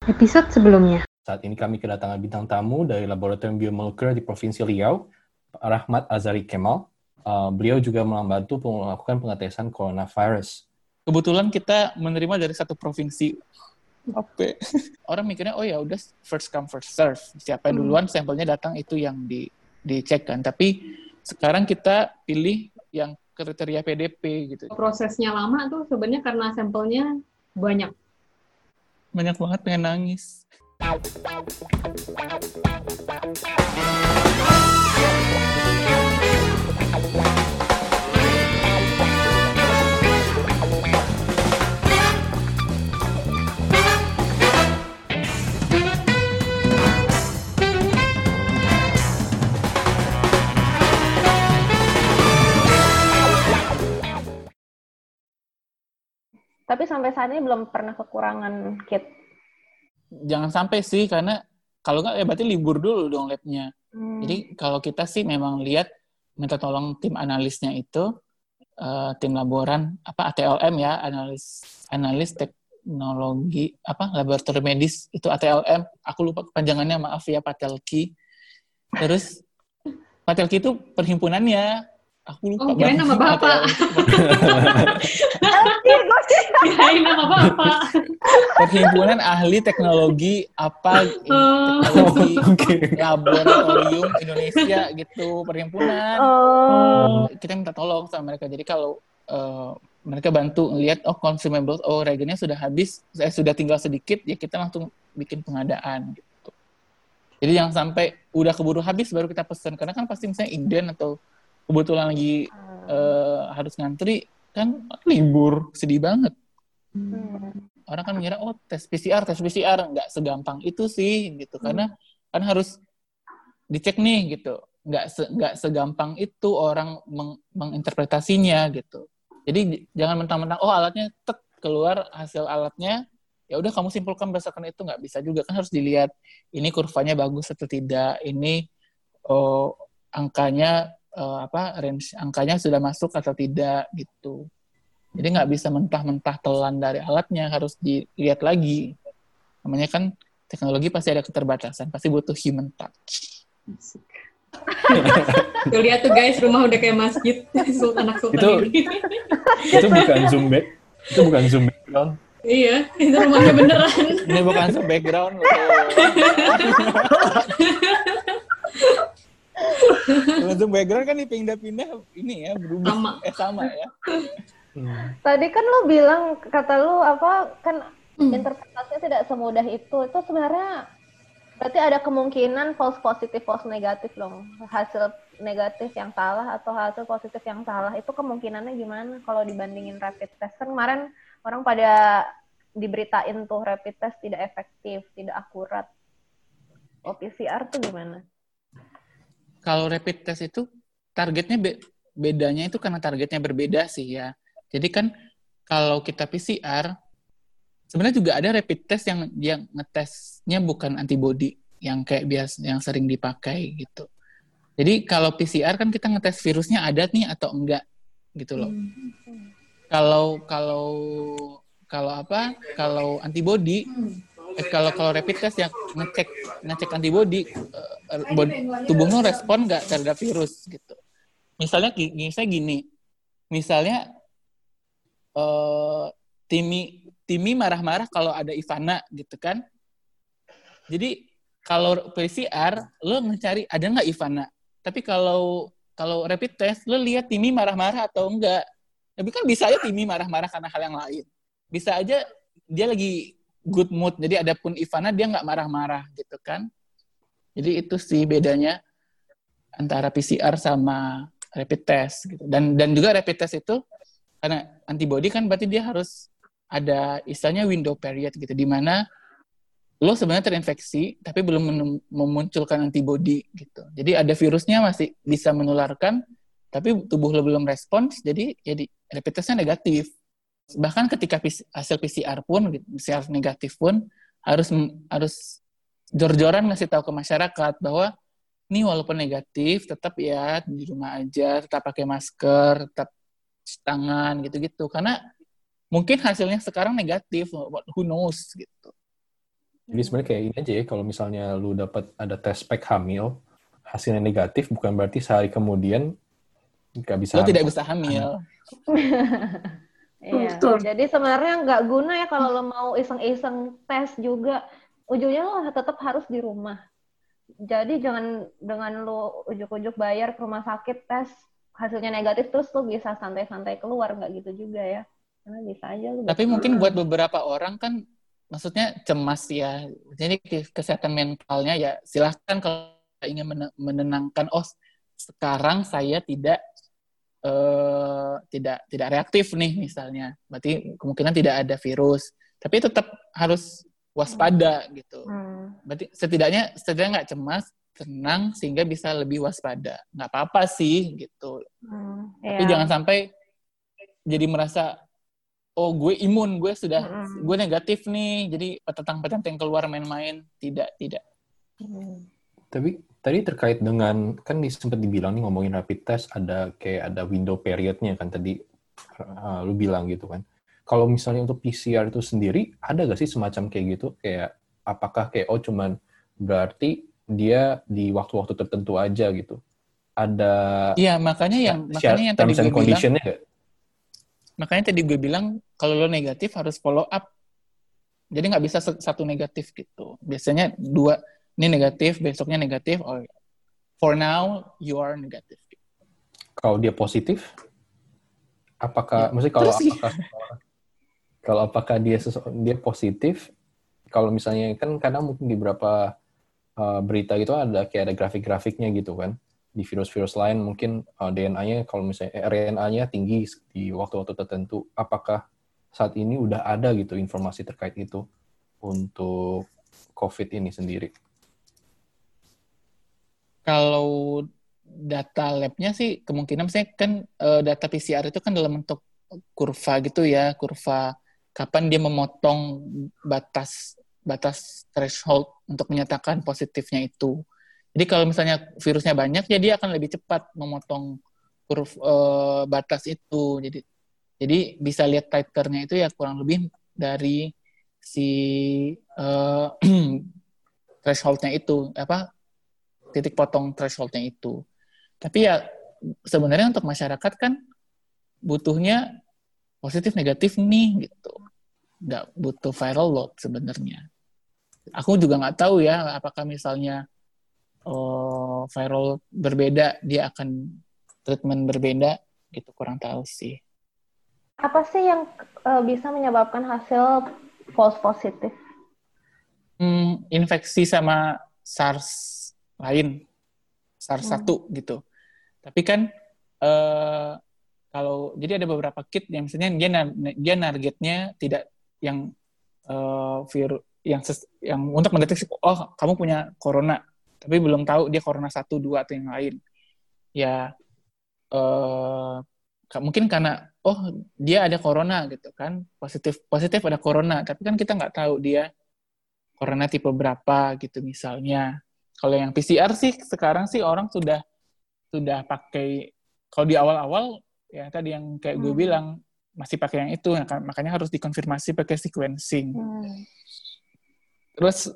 episode sebelumnya. Saat ini kami kedatangan bintang tamu dari Laboratorium Biomolekuler di Provinsi Riau, Pak Rahmat Azhari Kemal. Beliau juga membantu melakukan pengetesan coronavirus. Kebetulan kita menerima dari satu provinsi. Apa? Orang mikirnya, oh ya udah first come first serve. Siapa duluan sampelnya datang itu yang dicek kan. Tapi sekarang kita pilih yang kriteria PDP gitu. Prosesnya lama tuh sebenarnya karena sampelnya banyak. Banyak banget pengen nangis. Tapi sampai saat ini belum pernah kekurangan kit. Jangan sampai sih, karena kalau nggak ya berarti libur dulu dong labnya. Jadi kalau kita sih memang lihat minta tolong tim analisnya itu, tim laboran ATLM ya, analis teknologi laboratorium medis itu ATLM. Aku lupa kepanjangannya, maaf ya Patelki. Terus Patelki itu perhimpunannya. Aku lupa. Kirain nama bapak. Kirain nama bapak. Perhimpunan ahli teknologi teknologi laboratorium Indonesia gitu, perhimpunan. Kita minta tolong sama mereka. Jadi kalau mereka bantu ngelihat consumables, reagennya sudah habis, sudah tinggal sedikit, ya kita langsung bikin pengadaan gitu. Jadi jangan sampai udah keburu habis baru kita pesan, karena kan pasti misalnya inden atau kebetulan lagi harus ngantri, kan libur, sedih banget. Orang kan mengira, tes PCR, nggak segampang itu sih, gitu. Karena kan harus dicek nih, gitu. Nggak segampang itu orang menginterpretasinya, gitu. Jadi jangan mentang-mentang, alatnya keluar hasil alatnya, ya udah kamu simpulkan berdasarkan itu, nggak bisa juga. Kan harus dilihat, ini kurvanya bagus atau tidak, ini angkanya range angkanya sudah masuk atau tidak gitu. Jadi nggak bisa mentah-mentah telan dari alatnya, harus dilihat lagi. Namanya kan teknologi pasti ada keterbatasan, pasti butuh human touch. Tuh lihat tuh guys, rumah udah kayak masjid anak sultan ini. Itu bukan zoom background. Iya, itu rumahnya beneran. Ini bukan zoom background. Langsung background kan dipindah-pindah ini ya, berubah. Sama ya. Tadi kan lu bilang, kata lu kan interpretasinya tidak semudah itu. Itu sebenarnya berarti ada kemungkinan false positif, false negatif loh. Hasil negatif yang salah atau hasil positif yang salah. Itu kemungkinannya gimana kalau dibandingin rapid test? Kan kemarin orang pada diberitain tuh rapid test tidak efektif, tidak akurat. PCR tuh gimana? Kalau rapid test itu targetnya bedanya itu karena targetnya berbeda sih ya. Jadi kan kalau kita PCR sebenarnya juga ada rapid test yang ngetesnya bukan antibody yang kayak biasa yang sering dipakai gitu. Jadi kalau PCR kan kita ngetes virusnya ada nih atau enggak gitu loh. Kalau antibody kalau rapid test yang ngecek antibody, tubuhnya respon nggak terhadap virus gitu. Misalnya gini, Timi marah-marah kalau ada Ivana gitu kan. Jadi kalau PCR lo mencari ada nggak Ivana. Tapi kalau rapid test lo lihat Timi marah-marah atau enggak. Tapi kan bisa aja Timi marah-marah karena hal yang lain. Bisa aja dia lagi good mood, jadi adapun Ivana dia nggak marah-marah gitu kan. Jadi itu sih bedanya antara PCR sama rapid test gitu. Dan juga rapid test itu karena antibody kan berarti dia harus ada istilahnya window period gitu, di mana lo sebenarnya terinfeksi tapi belum memunculkan antibody gitu. Jadi ada virusnya masih bisa menularkan tapi tubuh lo belum respons, jadi rapid testnya negatif. Bahkan ketika hasil PCR pun, PCR negatif pun harus jor-joran ngasih tahu ke masyarakat bahwa ini walaupun negatif tetap ya di rumah aja, tetap pakai masker, tetap cuci tangan gitu-gitu. Karena mungkin hasilnya sekarang negatif, who knows gitu. Jadi sebenarnya kayak ini aja ya, kalau misalnya lu dapat ada tes pack hamil, hasilnya negatif, bukan berarti sehari kemudian nggak bisa Lo hamil. tidak bisa hamil. Iya. Betul. Jadi sebenarnya nggak guna ya kalau lo mau iseng-iseng tes juga. Ujungnya lo tetap harus di rumah. Jadi jangan dengan lo ujuk-ujuk bayar ke rumah sakit tes hasilnya negatif terus lo bisa santai-santai keluar, nggak gitu juga ya. Karena bisa aja lo. Tapi mungkin buat beberapa orang kan, maksudnya cemas ya. Jadi kesehatan mentalnya ya silahkan kalau ingin menenangkan. Oh, sekarang saya tidak reaktif nih misalnya. Berarti kemungkinan tidak ada virus. Tapi tetap harus waspada gitu. Berarti setidaknya nggak cemas, tenang sehingga bisa lebih waspada. Nggak apa-apa sih gitu. Tapi jangan sampai jadi merasa oh gue imun, gue negatif nih, jadi petentang-petentang keluar main-main. Tidak. Tapi tadi terkait dengan, kan sempat dibilang nih ngomongin rapid test, ada window periodnya kan tadi lu bilang gitu kan. Kalau misalnya untuk PCR itu sendiri, ada gak sih semacam kayak gitu? Kayak apakah kayak cuman berarti dia di waktu-waktu tertentu aja gitu? Ada iya, makanya yang tadi gue bilang, makanya tadi gue bilang kalau lo negatif harus follow up. Jadi nggak bisa satu negatif gitu. Biasanya 2 ini negatif, besoknya negatif. Oh, for now you are negative. Kalau dia positif, apakah Ya, maksudnya apakah dia positif? Kalau misalnya kan kadang mungkin di beberapa berita gitu ada grafik-grafiknya gitu kan. Di virus-virus lain mungkin DNA-nya kalau misalnya RNA-nya tinggi di waktu-waktu tertentu. Apakah saat ini udah ada gitu informasi terkait itu untuk COVID ini sendiri? Kalau data lab-nya sih kemungkinan misalnya kan data PCR itu kan dalam bentuk kurva gitu ya, kurva kapan dia memotong batas threshold untuk menyatakan positifnya itu. Jadi kalau misalnya virusnya banyak, ya dia akan lebih cepat memotong batas itu. Jadi bisa lihat titernya itu ya kurang lebih dari si thresholdnya itu, titik potong thresholdnya itu. Tapi ya sebenarnya untuk masyarakat kan butuhnya positif negatif nih gitu. Nggak butuh viral load sebenarnya. Aku juga nggak tahu ya apakah misalnya viral berbeda, dia akan treatment berbeda, gitu, kurang tahu sih. Apa sih yang bisa menyebabkan hasil false positif? Infeksi sama SARS lain, SARS-1 gitu. Tapi kan kalau jadi ada beberapa kit yang misalnya dia targetnya tidak yang virus yang untuk mendeteksi kamu punya corona, tapi belum tahu dia corona 1, 2 atau yang lain. Ya mungkin karena dia ada corona gitu kan, positif ada corona, tapi kan kita nggak tahu dia corona tipe berapa gitu misalnya. Kalau yang PCR sih sekarang sih orang sudah pakai, kalau di awal-awal ya tadi yang kayak gue bilang masih pakai yang itu, makanya harus dikonfirmasi pakai sequencing. Terus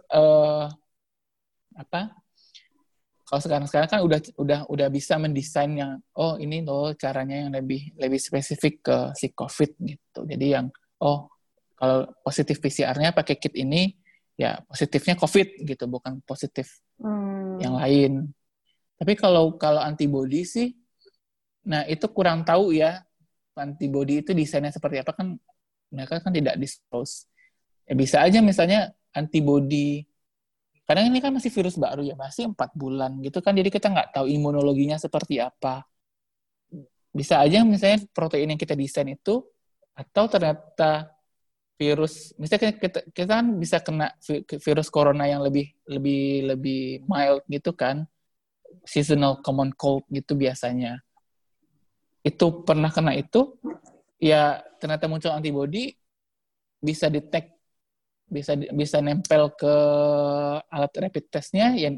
kalau sekarang kan udah bisa mendesain yang ini caranya yang lebih spesifik ke si COVID gitu. Jadi yang kalau positif PCR-nya pakai kit ini ya positifnya COVID gitu, bukan positif yang lain. Tapi kalau antibody sih, nah itu kurang tahu ya, antibody itu desainnya seperti apa kan mereka kan tidak disclose. Ya bisa aja misalnya antibody, karena ini kan masih virus baru ya, masih 4 bulan gitu kan, jadi kita nggak tahu imunologinya seperti apa. Bisa aja misalnya protein yang kita desain itu, atau ternyata virus, misalnya kita kan bisa kena virus corona yang lebih mild gitu kan, seasonal common cold gitu biasanya. Itu pernah kena itu, ya ternyata muncul antibody, bisa detect, bisa nempel ke alat rapid testnya, yang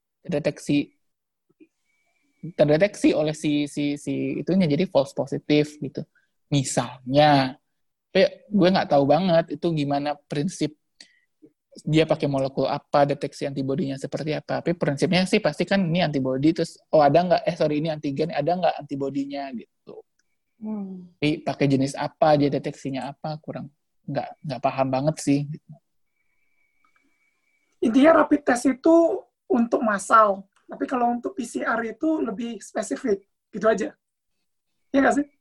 terdeteksi oleh si itunya, jadi false positif gitu misalnya. Tapi gue nggak tahu banget itu gimana prinsip dia pakai molekul apa, deteksi antibodinya seperti apa. Tapi prinsipnya sih pasti kan ini antibodi, terus ada nggak, ini antigen, ada nggak antibodinya gitu. Tapi pakai jenis apa, dia deteksinya apa, kurang nggak paham banget sih. Intinya rapid test itu untuk massal, tapi kalau untuk PCR itu lebih spesifik, gitu aja. Iya nggak sih?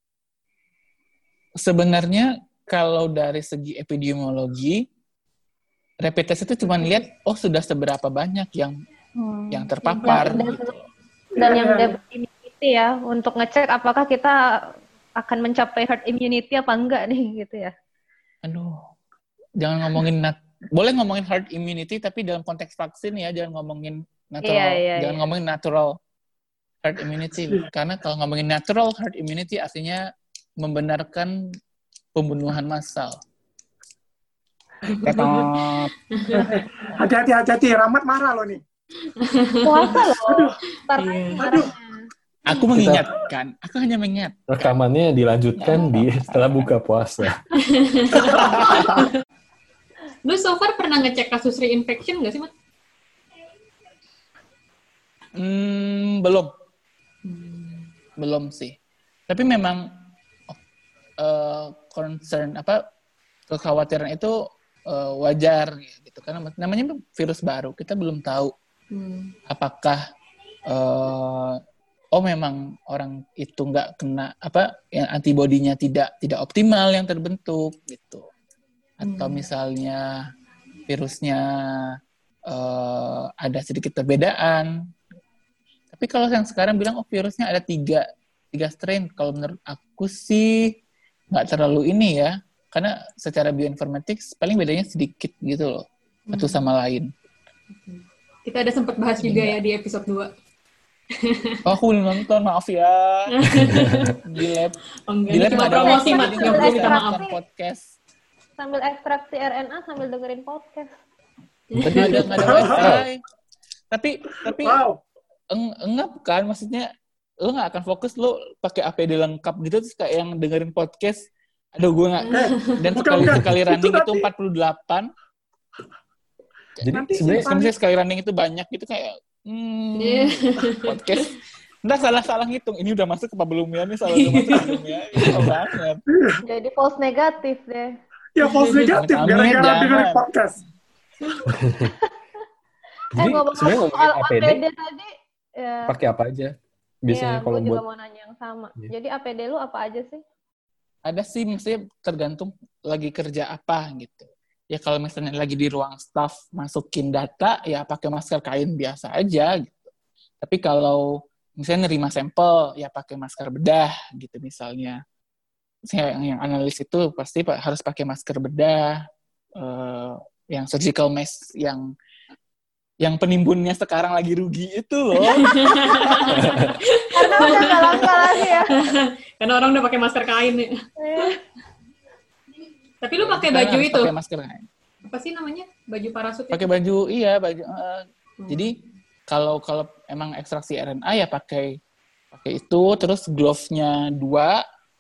Sebenarnya kalau dari segi epidemiologi, rapid test itu cuma lihat sudah seberapa banyak yang terpapar. Dan yang herd immunity ya, untuk ngecek apakah kita akan mencapai herd immunity apa enggak nih gitu ya. Aduh, jangan ngomongin boleh ngomongin herd immunity tapi dalam konteks vaksin ya, jangan ngomongin natural, jangan ngomongin natural herd immunity. Karena kalau ngomongin natural herd immunity artinya membenarkan pembunuhan massal. Hati-hati, Rahmat marah loh nih. Puasa loh. Aduh. Aku mengingatkan, aku hanya mengingat. Rekamannya dilanjutkan setelah buka puasa. Lu so far pernah ngecek kasus reinfection nggak sih, Mat? Belum sih. Tapi memang concern kekhawatiran itu wajar gitu, karena namanya virus baru, kita belum tahu apakah memang orang itu nggak kena yang antibodinya tidak optimal yang terbentuk gitu, atau misalnya virusnya ada sedikit perbedaan. Tapi kalau yang sekarang bilang virusnya ada tiga strain, kalau menurut aku sih nggak terlalu ini ya, karena secara bioinformatics paling bedanya sedikit gitu loh, satu sama lain. Kita ada sempat bahas juga ya di episode 2. Aku belum nonton, maaf ya. Di lab. Di lab cuma promosi, Mat. Nggak perlu minta maaf. Podcast. Sambil ekstraksi RNA, sambil dengerin podcast. Nggak ada wifi. Tapi Wow. Enggak kan, maksudnya lo nggak akan fokus lo pakai APD lengkap gitu terus kayak yang dengerin podcast. Aduh, gue nggak. Dan sekali running itu 48. Jadi sebenarnya sekali running itu banyak gitu kayak podcast. Nggak salah ngitung. Ini udah masuk apa belum ya? Ini salah udah masuk belum ya? Ini banget. Jadi false negatif deh. Ya false negatif gara-gara dengerin podcast. Jadi sebenarnya ngomongin APD tadi pakai apa aja? Biasanya kalau gue juga buat mau nanya yang sama. Jadi APD lu apa aja sih? Ada sih, mestinya tergantung lagi kerja apa gitu. Ya kalau misalnya lagi di ruang staff masukin data, ya pakai masker kain biasa aja gitu. Tapi kalau misalnya nerima sampel, ya pakai masker bedah gitu misalnya. Yang analis itu pasti harus pakai masker bedah, yang surgical mask yang penimbunnya sekarang lagi rugi itu loh. Karena udah nggak langka lagi ya. Karena orang udah pakai masker kain ya. Tapi lu pakai baju itu? Pakai masker kain. Apa sih namanya? Baju parasut itu? Pakai baju, iya baju. Jadi kalau emang ekstraksi RNA ya pakai itu, terus glove-nya dua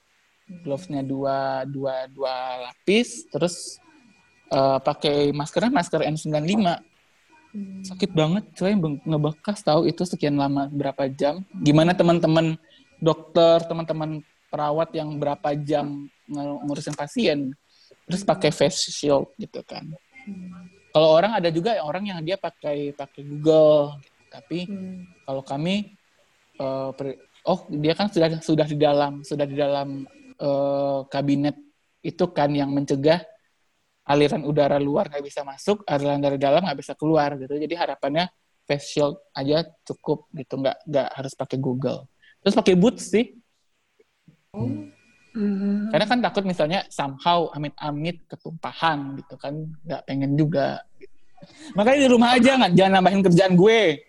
lapis, terus pakai masker N95. Sakit banget, coy, ngebekas tahu itu sekian lama, berapa jam. Gimana teman-teman dokter, teman-teman perawat yang berapa jam ngurusin pasien, terus pakai face shield gitu kan. Kalau orang ada juga orang yang dia pakai Google, gitu. Tapi kalau kami dia kan sudah di dalam kabinet itu kan yang mencegah aliran udara luar nggak bisa masuk, aliran dari dalam nggak bisa keluar gitu. Jadi harapannya face shield aja cukup gitu, nggak harus pakai Google. Terus pakai boots sih. Karena kan takut misalnya somehow amit-amit ketumpahan gitu kan, nggak pengen juga. Makanya di rumah aja, jangan nambahin kerjaan gue.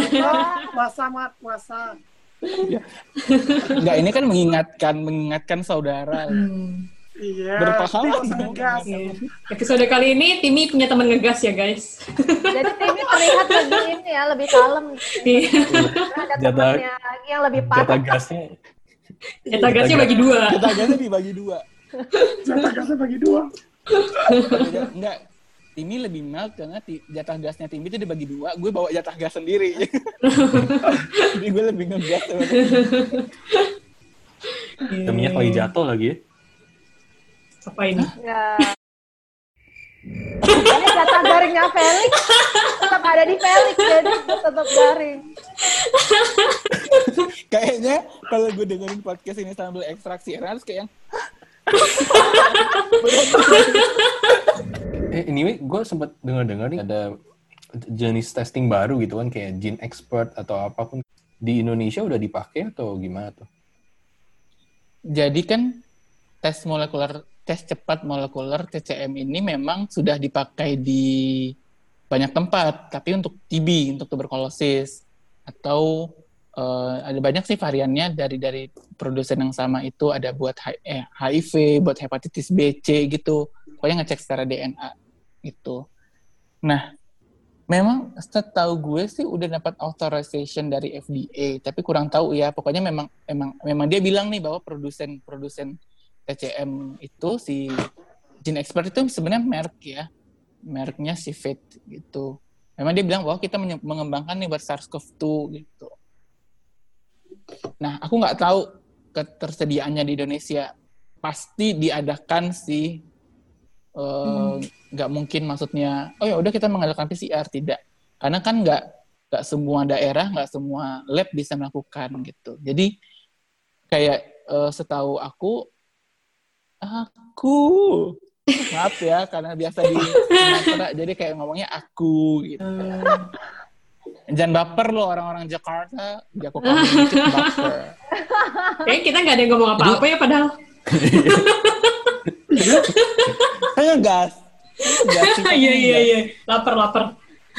Puasa. Nggak, ini kan mengingatkan saudara. Iya. Berpahala. Episode kali ini Timi punya teman ngegas ya guys. Jadi Timi terlihat lebih ini ya, lebih kalem. Ada temannya lagi yang lebih parah. Jatah gasnya bagi 2. Jatah gasnya dibagi 2. Jatah gasnya bagi 2. Enggak. Timmy lebih mild karena jatah gasnya Timmy itu dibagi 2, gue bawa jatah gas sendiri. Jadi gue lebih ngegas. Dan minyak lagi jatuh lagi ya. Apa ini? Ya. Ini jatah garingnya Felix tetap ada di Felix, jadi tetap garing. Kayaknya kalau gue dengerin podcast ini sambil ekstraksi air harus kayak yang Anyway, gue sempat dengar nih ada jenis testing baru gitu kan, kayak Gene Expert atau apapun. Di Indonesia udah dipakai atau gimana tuh? Jadi kan tes cepat molekuler TCM ini memang sudah dipakai di banyak tempat, tapi untuk TB, untuk tuberkulosis, atau ada banyak sih variannya dari produsen yang sama itu, ada buat HIV, buat hepatitis B, C gitu. Pokoknya ngecek secara DNA gitu. Nah, memang setahu gue sih udah dapat authorization dari FDA, tapi kurang tahu ya. Pokoknya memang dia bilang nih bahwa produsen TCM itu si Gene Expert itu sebenarnya merek ya. Mereknya Civate gitu. Memang dia bilang bahwa kita mengembangkan nih buat SARS-CoV-2 gitu. Nah, aku nggak tahu ketersediaannya di Indonesia. Pasti diadakan sih. Nggak mungkin maksudnya, oh ya udah kita mengadakan PCR, tidak. Karena kan nggak semua daerah, nggak semua lab bisa melakukan gitu. Jadi kayak setahu aku maaf ya karena biasa di Sumatera, jadi kayak ngomongnya aku gitu. Jangan baper lo orang-orang Jakarta, aku kamu dikit baper. Kayaknya kita nggak ada yang ngomong apa-apa ya padahal. Saya gas. Iya. Lapar.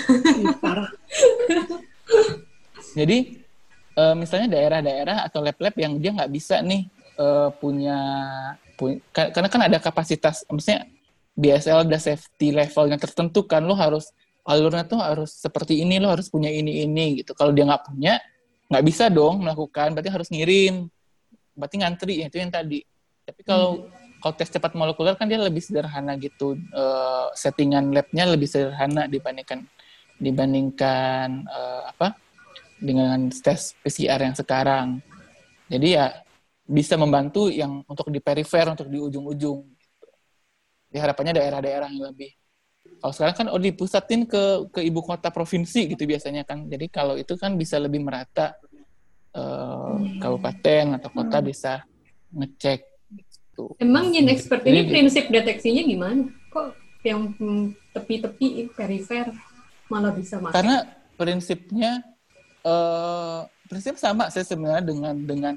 Jadi misalnya daerah-daerah atau lab-lab yang dia nggak bisa nih punya karena kan ada kapasitas, maksudnya BSL ada safety levelnya tertentu kan, lo harus alurnya tuh harus seperti ini, lo harus punya ini gitu. Kalau dia nggak punya, nggak bisa dong melakukan, berarti harus ngirim, berarti ngantri, itu yang tadi. Tapi kalau tes cepat molekuler kan dia lebih sederhana gitu, settingan labnya lebih sederhana dibandingkan dengan tes PCR yang sekarang. Jadi ya bisa membantu yang untuk di perifer, untuk di ujung-ujung. Gitu. Diharapannya daerah-daerah yang lebih. Kalau sekarang kan dipusatin ke ibu kota provinsi gitu biasanya kan. Jadi kalau itu kan bisa lebih merata, kabupaten atau kota bisa ngecek. Gitu. Emang Gene Expert ini prinsip deteksinya gimana? Kok yang tepi-tepi perifer malah bisa masuk? Karena prinsip sama saya sebenarnya dengan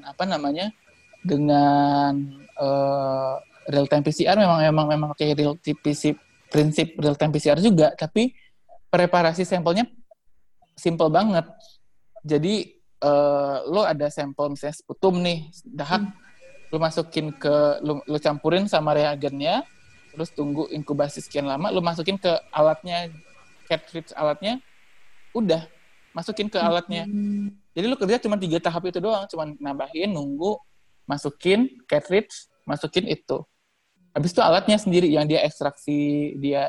real time PCR memang kayak prinsip real time PCR juga, tapi preparasi sampelnya simple banget. Jadi lo ada sampel misalnya sputum nih, dahak, lo masukin lo campurin sama reagennya, terus tunggu inkubasi sekian lama, lo masukin ke alatnya, cartridge alatnya, udah masukin ke alatnya. Jadi lo kerja cuma 3 tahap itu doang, cuma nambahin, nunggu, masukin cartridge, masukin itu. Habis itu alatnya sendiri yang dia ekstraksi, dia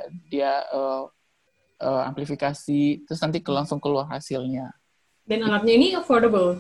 amplifikasi, terus nanti langsung keluar hasilnya. Dan alatnya ini affordable.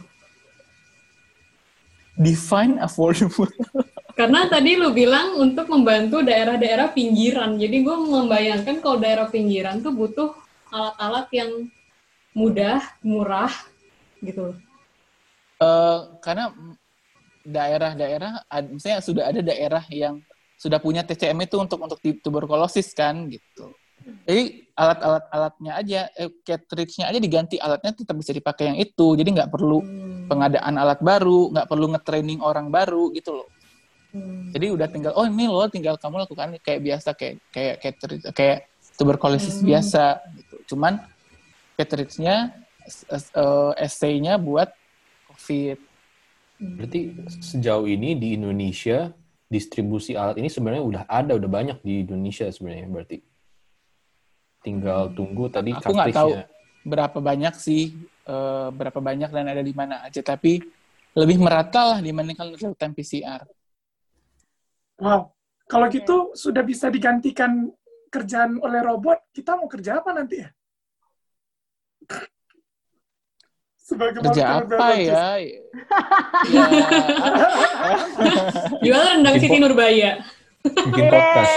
Define affordable. Karena tadi lu bilang untuk membantu daerah-daerah pinggiran. Jadi gue membayangkan kalau daerah pinggiran tuh butuh alat-alat yang mudah, murah, gitu. Karena daerah-daerah, misalnya sudah ada daerah yang sudah punya TCM itu untuk tuberkulosis kan, gitu. Jadi alatnya aja, cartridge-nya aja diganti, alatnya tetap bisa dipakai yang itu. Jadi nggak perlu pengadaan alat baru, nggak perlu nge-training orang baru gitu loh. Jadi udah tinggal, tinggal kamu lakukan kayak biasa, kayak tuberkulosis biasa gitu. Cuman cartridge-nya, assay-nya buat COVID. Berarti sejauh ini di Indonesia distribusi alat ini sebenarnya udah banyak di Indonesia sebenarnya, berarti tinggal tunggu tadi. Aku nggak tahu berapa banyak dan ada di mana aja, tapi lebih merata lah dibandingkan real time PCR. Wow, kalau gitu sudah bisa digantikan kerjaan oleh robot, kita mau kerja apa nanti ya? Sebagai Kerja molekul apa biologis. ya? Ya, Jual rendang Siti Nurbaya. Bikin podcast.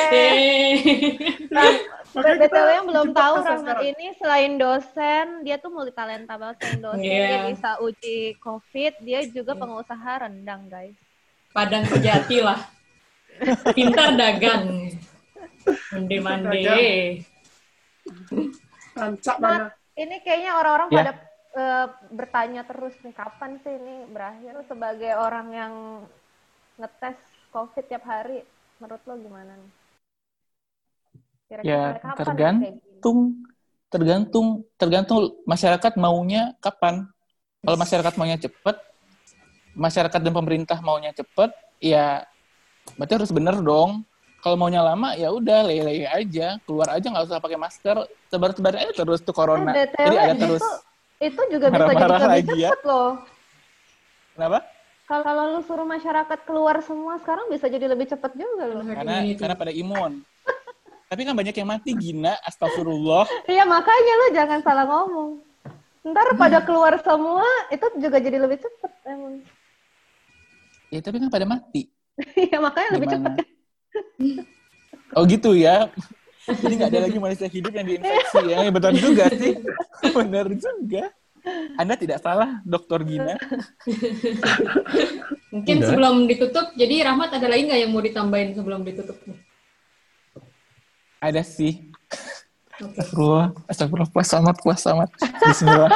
Makanya kita BTW yang belum bikin tahu, podcast Rahmat sekarang. ini selain dosen, dia tuh multitalenta banget. Selain dosen, Iya. dia bisa uji COVID, dia juga pengusaha rendang, guys. Padang sejati lah. Pintar dagang. Mande-mande. Rancak Mat, mana? ini kayaknya orang-orang Ya. pada bertanya terus nih, kapan sih ini berakhir? Sebagai orang yang ngetes COVID tiap hari, menurut lo gimana nih? ya Kira-kira kapan nih kayak gini? tergantung masyarakat maunya kapan. Kalau masyarakat maunya cepet, masyarakat dan pemerintah maunya cepet, ya berarti harus bener dong. Kalau maunya lama, ya udah lele aja, keluar aja nggak usah pakai masker, tebar-tebar aja terus tuh corona. BTW, Jadi ada terus. itu juga bisa jadi marah-marah lebih lagi ya. cepet loh. Kenapa? Kalau lu suruh masyarakat keluar semua sekarang bisa jadi lebih cepet juga loh. Karena pada imun. Tapi kan banyak yang mati, Gina. Astagfirullah. Iya, makanya lu jangan salah ngomong. Ntar pada keluar semua, itu juga jadi lebih cepet emang. Ya tapi kan pada mati. Iya, makanya lebih cepet. Gimana? Oh gitu ya. Jadi nggak ada lagi manusia hidup yang diinfeksi ya. Ya betul juga sih. Benar juga. Anda tidak salah, Dr. Gina. Mungkin Udah. sebelum ditutup, jadi Rahmat ada lagi nggak yang mau ditambahin sebelum ditutup nih? Ada sih. Oke. Astagfirullah. Puas amat. Bismillah.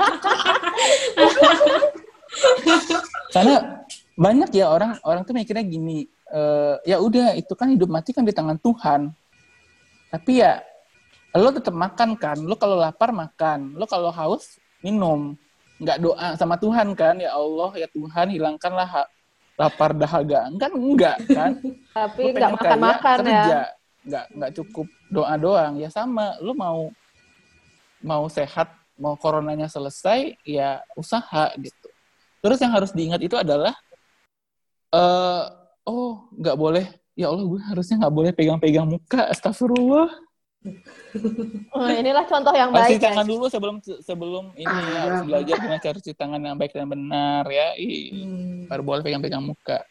Karena banyak ya orang tuh mikirnya gini, ya udah itu kan hidup mati kan di tangan Tuhan. Tapi ya lo tetap makan kan, lo kalau lapar makan, lo kalau haus minum, nggak doa sama Tuhan kan, ya Allah ya Tuhan hilangkanlah lapar dahaga, kan enggak kan? Tapi Lo nggak pengen makan-makan kaya, ya. kerja. Nggak cukup doa doang, ya sama, lo mau sehat, mau coronanya selesai, ya usaha gitu. Terus yang harus diingat itu adalah, nggak boleh, ya Allah gue harusnya nggak boleh pegang-pegang muka, astagfirullah. Oh, inilah contoh yang Harus baik. cuci tangan Guys. dulu sebelum ini harus belajar gimana cara cuci tangan yang baik dan benar ya. Baru boleh pegang-pegang muka.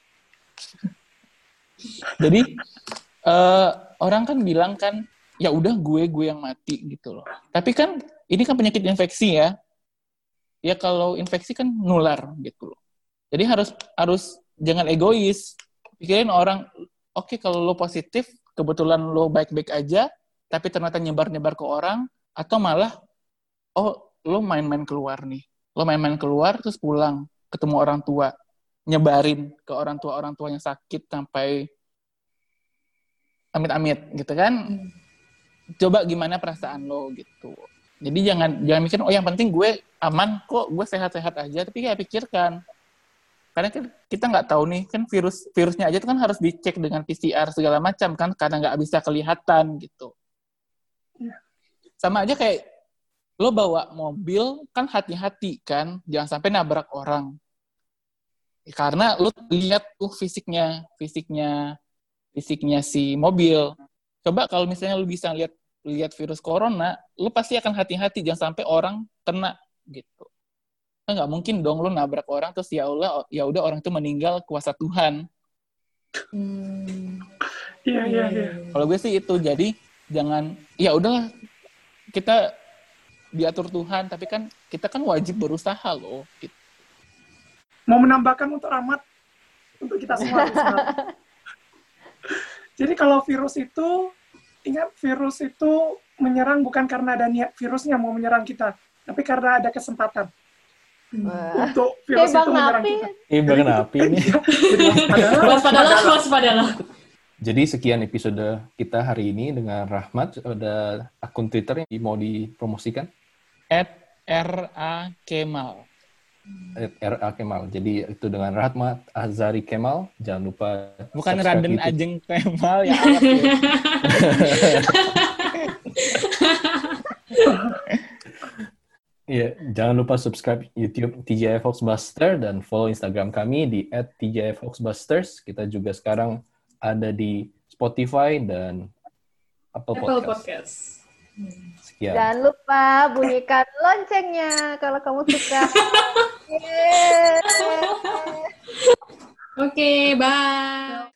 Jadi orang kan bilang kan ya udah gue yang mati gitu loh. Tapi kan ini kan penyakit infeksi ya. Ya kalau infeksi kan nular gitu loh. Jadi harus jangan egois. Pikirin orang, oke, kalau lo positif, kebetulan lo baik-baik aja, tapi ternyata nyebar-nyebar ke orang, atau malah, lo main-main keluar nih. Lo main-main keluar, terus pulang, ketemu orang tua, nyebarin ke orang tua yang sakit sampai amit-amit, gitu kan. Coba gimana perasaan lo, gitu. Jadi jangan mikir, yang penting gue aman kok, gue sehat-sehat aja, tapi kayak pikirkan. Karena kan kita nggak tahu nih, kan virusnya aja itu kan harus dicek dengan PCR segala macam kan, karena nggak bisa kelihatan gitu. Sama aja kayak lo bawa mobil kan hati-hati kan, jangan sampai nabrak orang. Karena lo lihat tuh fisiknya si mobil. Coba kalau misalnya lo bisa lihat virus corona, lo pasti akan hati-hati jangan sampai orang kena gitu. Kan nggak mungkin dong lo nabrak orang terus ya Allah ya udah orang itu meninggal kuasa Tuhan. Iya. Kalau gue sih itu, jadi jangan, ya udahlah kita diatur Tuhan, tapi kan kita kan wajib berusaha loh. Gitu. Mau menambahkan untuk Rahmat, untuk kita semua. Jadi kalau virus itu, ingat virus itu menyerang bukan karena ada niat virusnya mau menyerang kita, tapi karena ada kesempatan. Untuk virus itu menyerang kita. Bang api nih. Waspadalah. Jadi sekian episode kita hari ini dengan Rahmat. Ada akun Twitter yang mau dipromosikan? @RA Kemal. @RA Kemal. Jadi itu dengan Rahmat Azhari Kemal. Jangan lupa Bukan subscribe Raden YouTube. Ajeng Kemal ya. Arab, ya. Iya, jangan lupa subscribe YouTube TGI Foxbuster dan follow Instagram kami di @TGI Foxbusters. Kita juga sekarang ada di Spotify dan Apple Podcast. Sekian. Jangan lupa bunyikan loncengnya kalau kamu suka. Oke, bye.